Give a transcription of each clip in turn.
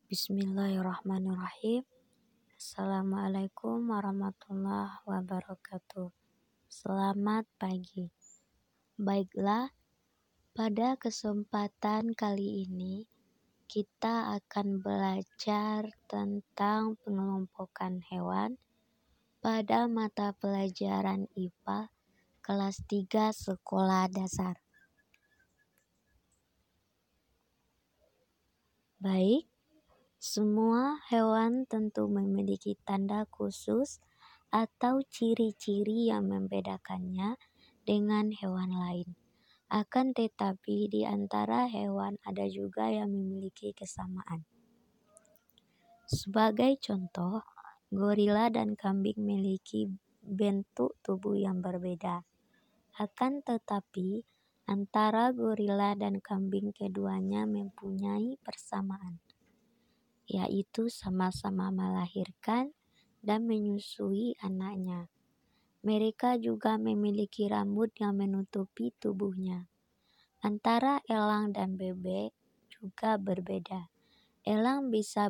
Bismillahirrahmanirrahim. Assalamualaikum warahmatullahi wabarakatuh. Selamat pagi. Baiklah, pada kesempatan kali ini kita akan belajar tentang pengelompokan hewan pada mata pelajaran IPA kelas 3 sekolah dasar. Baik, semua hewan tentu memiliki tanda khusus atau ciri-ciri yang membedakannya dengan hewan lain. Akan tetapi di antara hewan ada juga yang memiliki kesamaan. Sebagai contoh, gorila dan kambing memiliki bentuk tubuh yang berbeda. Akan tetapi antara gorila dan kambing keduanya mempunyai persamaan, yaitu sama-sama melahirkan dan menyusui anaknya. Mereka juga memiliki rambut yang menutupi tubuhnya. Antara elang dan bebek juga berbeda. Elang bisa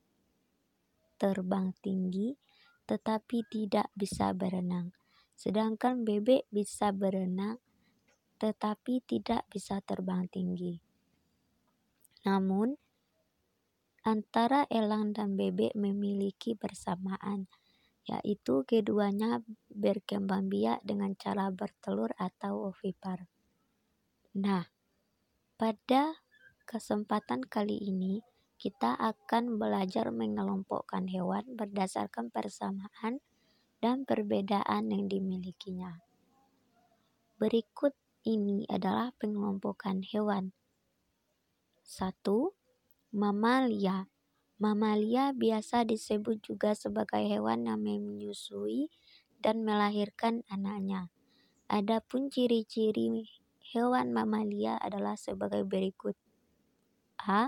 terbang tinggi tetapi tidak bisa berenang. Sedangkan bebek bisa berenang tetapi tidak bisa terbang tinggi. Namun, antara elang dan bebek memiliki persamaan, yaitu keduanya berkembang biak dengan cara bertelur atau ovipar. Nah, pada kesempatan kali ini kita akan belajar mengelompokkan hewan berdasarkan persamaan dan perbedaan yang dimilikinya. Berikut ini adalah pengelompokan hewan. 1. Mamalia. Mamalia biasa disebut juga sebagai hewan yang menyusui dan melahirkan anaknya. Adapun ciri-ciri hewan mamalia adalah sebagai berikut. A.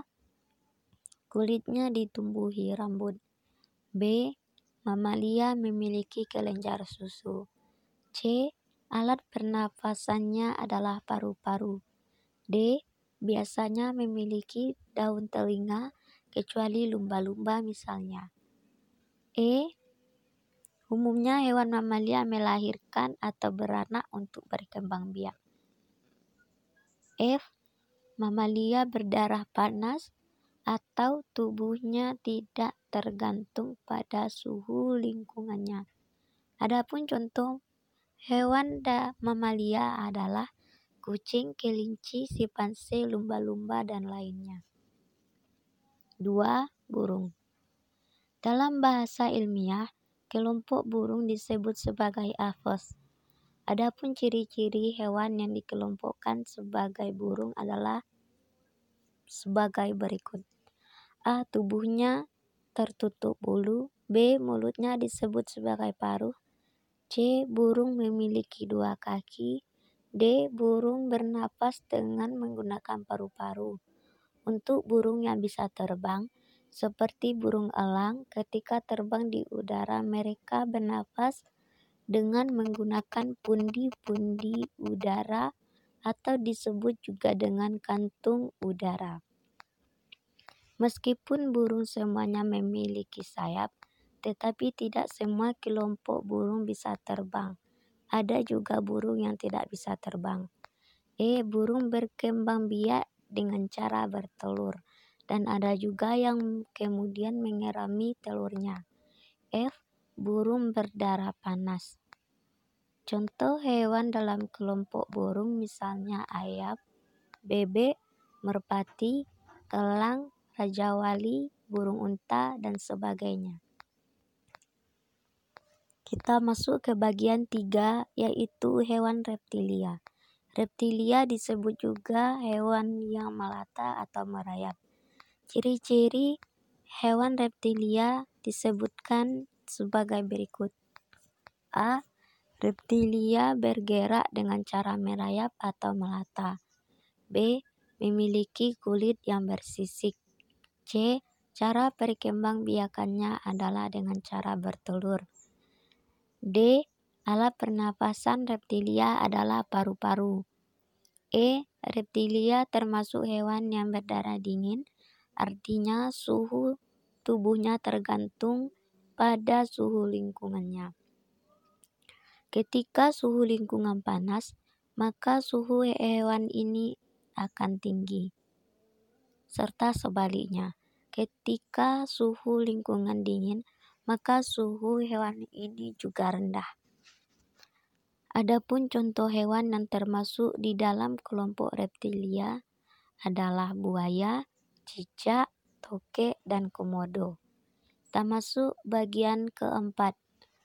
Kulitnya ditumbuhi rambut. B. Mamalia memiliki kelenjar susu. C. Alat pernafasannya adalah paru-paru. D. Biasanya memiliki daun telinga kecuali lumba-lumba misalnya. E. Umumnya hewan mamalia melahirkan atau beranak untuk berkembang biak. F. Mamalia berdarah panas atau tubuhnya tidak tergantung pada suhu lingkungannya. Adapun contoh hewan mamalia adalah kucing, kelinci, simpanse, lumba-lumba, dan lainnya. 2. Burung. Dalam bahasa ilmiah, kelompok burung disebut sebagai aves. Adapun ciri-ciri hewan yang dikelompokkan sebagai burung adalah sebagai berikut. A. Tubuhnya tertutup bulu. B. Mulutnya disebut sebagai paruh. C. Burung memiliki 2 kaki. D. Burung bernapas dengan menggunakan paru-paru. Untuk burung yang bisa terbang, seperti burung elang, ketika terbang di udara mereka bernapas dengan menggunakan pundi-pundi udara atau disebut juga dengan kantung udara. Meskipun burung semuanya memiliki sayap, tetapi tidak semua kelompok burung bisa terbang. Ada juga burung yang tidak bisa terbang. E. Burung berkembang biak dengan cara bertelur, dan ada juga yang kemudian mengerami telurnya. F. Burung berdarah panas. Contoh hewan dalam kelompok burung misalnya ayam, bebek, merpati, elang, rajawali, burung unta, dan sebagainya. Kita masuk ke bagian 3, yaitu hewan reptilia. Reptilia disebut juga hewan yang melata atau merayap. Ciri-ciri hewan reptilia disebutkan sebagai berikut. A. Reptilia bergerak dengan cara merayap atau melata. B. Memiliki kulit yang bersisik. C. Cara perkembangbiakannya adalah dengan cara bertelur. D. Alat pernapasan reptilia adalah paru-paru. E. Reptilia termasuk hewan yang berdarah dingin Artinya suhu tubuhnya tergantung pada suhu lingkungannya. Ketika suhu lingkungan panas, maka suhu hewan ini akan tinggi. Serta sebaliknya, ketika suhu lingkungan dingin, maka suhu hewan ini juga rendah. Adapun contoh hewan yang termasuk di dalam kelompok reptilia adalah buaya, cicak, tokek, dan komodo. Kita masuk bagian keempat,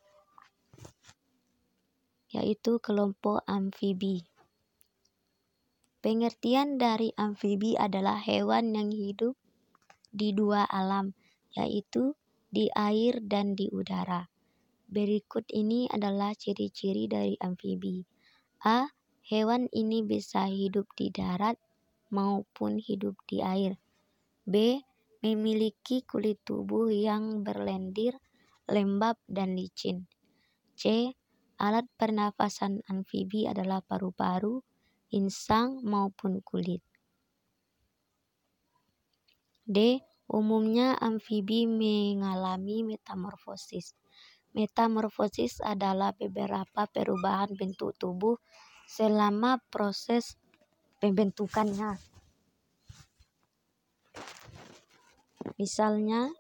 yaitu kelompok amfibi. Pengertian dari amfibi adalah hewan yang hidup di dua alam, yaitu di air dan di udara. Berikut ini adalah ciri-ciri dari amfibi. A. Hewan ini bisa hidup di darat maupun hidup di air. B. Memiliki kulit tubuh yang berlendir, lembab, dan licin. C. Alat pernafasan amfibi adalah paru-paru, insang, maupun kulit. D. Umumnya amfibi mengalami metamorfosis. Metamorfosis adalah beberapa perubahan bentuk tubuh selama proses pembentukannya. Misalnya,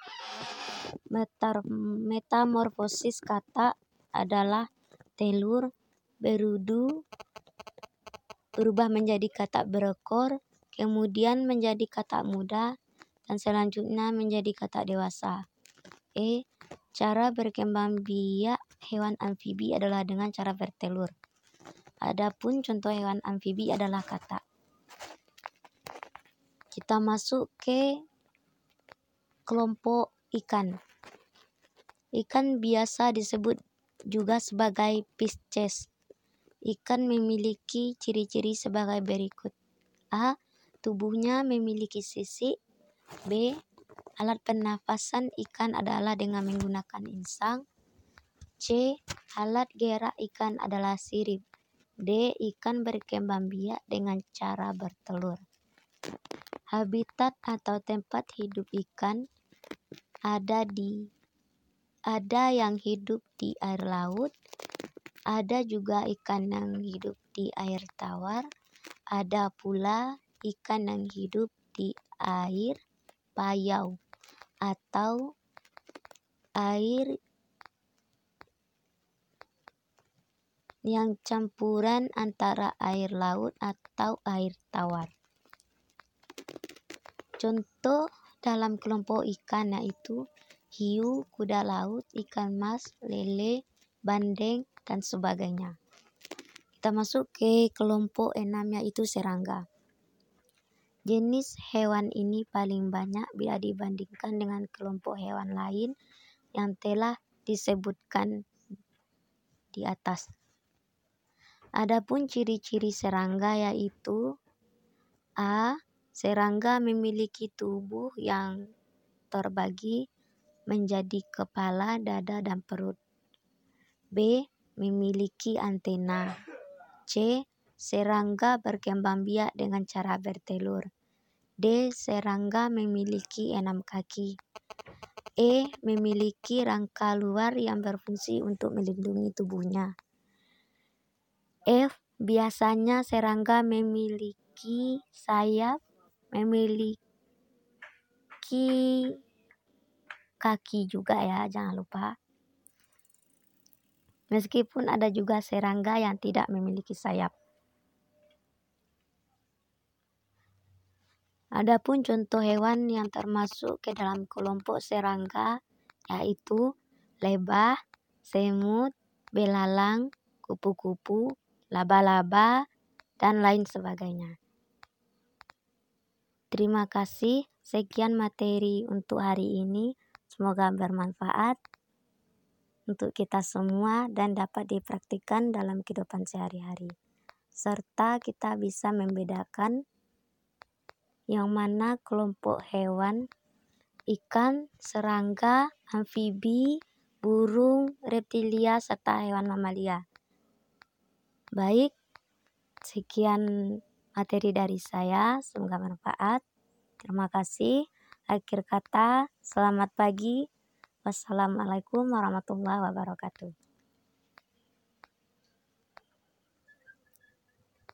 metamorfosis kata adalah telur, berudu, berubah menjadi katak berekor, kemudian menjadi katak muda, dan selanjutnya menjadi katak dewasa. E. Cara berkembang biak hewan amfibi adalah dengan cara bertelur. Adapun contoh hewan amfibi adalah katak. Kita masuk ke kelompok ikan. Ikan biasa disebut juga sebagai Pisces. Ikan memiliki ciri-ciri sebagai berikut. A. Tubuhnya memiliki sisik. B. Alat pernafasan ikan adalah dengan menggunakan insang. C. Alat gerak ikan adalah sirip. D. Ikan berkembang biak dengan cara bertelur. Habitat atau tempat hidup ikan ada yang hidup di air laut, ada juga ikan yang hidup di air tawar, ada pula ikan yang hidup di air payau atau air yang campuran antara air laut atau air tawar. Contoh dalam kelompok ikan yaitu hiu, kuda laut, ikan mas, lele, bandeng, dan sebagainya. Kita masuk ke kelompok 6 yaitu serangga. Jenis hewan ini paling banyak bila dibandingkan dengan kelompok hewan lain yang telah disebutkan di atas. Adapun ciri-ciri serangga yaitu A. Serangga memiliki tubuh yang terbagi menjadi kepala, dada, dan perut. B. Memiliki antena. C. Serangga berkembang biak dengan cara bertelur. D. Serangga memiliki 6 kaki. E. Memiliki rangka luar yang berfungsi untuk melindungi tubuhnya. F. Biasanya serangga memiliki sayap, memiliki kaki juga ya, jangan lupa. Meskipun ada juga serangga yang tidak memiliki sayap. Adapun contoh hewan yang termasuk ke dalam kelompok serangga yaitu lebah, semut, belalang, kupu-kupu, laba-laba, dan lain sebagainya. Terima kasih. Sekian materi untuk hari ini. Semoga bermanfaat untuk kita semua dan dapat dipraktikkan dalam kehidupan sehari-hari. Serta kita bisa membedakan yang mana kelompok hewan, ikan, serangga, amfibi, burung, reptilia, serta hewan mamalia. Baik, sekian materi dari saya. Semoga bermanfaat. Terima kasih. Akhir kata, selamat pagi. Wassalamualaikum warahmatullahi wabarakatuh.